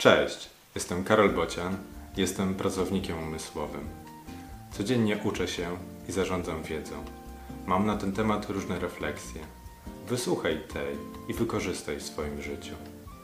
Cześć, jestem Karol Bocian, jestem pracownikiem umysłowym. Codziennie uczę się i zarządzam wiedzą. Mam na ten temat różne refleksje. Wysłuchaj tej i wykorzystaj w swoim życiu.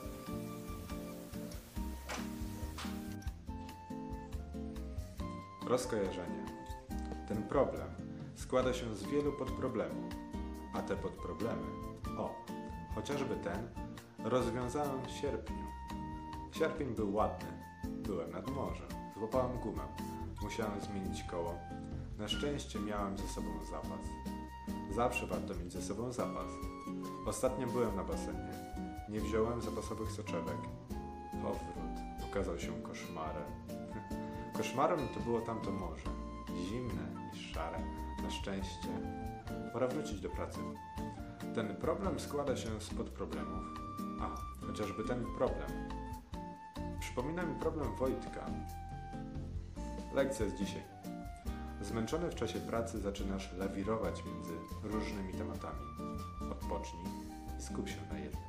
Rozkojarzenie. Ten problem składa się z wielu podproblemów, a te podproblemy, chociażby ten, rozwiązałem w sierpniu. Sierpień był ładny, byłem nad morzem, złapałem gumę, musiałem zmienić koło. Na szczęście miałem ze sobą zapas. Zawsze warto mieć ze sobą zapas. Ostatnio byłem na basenie, nie wziąłem zapasowych soczewek. Powrót okazał się koszmarem. Koszmarem to było tamto morze, zimne i szare. Na szczęście pora wrócić do pracy. Ten problem składa się z podproblemów, chociażby ten problem. Przypomina mi problem Wojtka. Lekcja z dzisiaj. Zmęczony w czasie pracy zaczynasz lawirować między różnymi tematami. Odpocznij i skup się na jednym.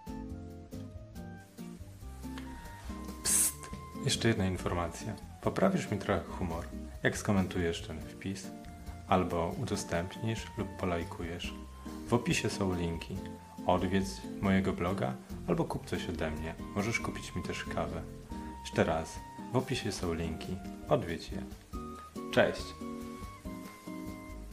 Psst! Jeszcze jedna informacja. Poprawisz mi trochę humor, jak skomentujesz ten wpis, albo udostępnisz lub polajkujesz. W opisie są linki. Odwiedź mojego bloga albo kup coś ode mnie. Możesz kupić mi też kawę. Jeszcze raz, w opisie są linki. Odwiedź je. Cześć!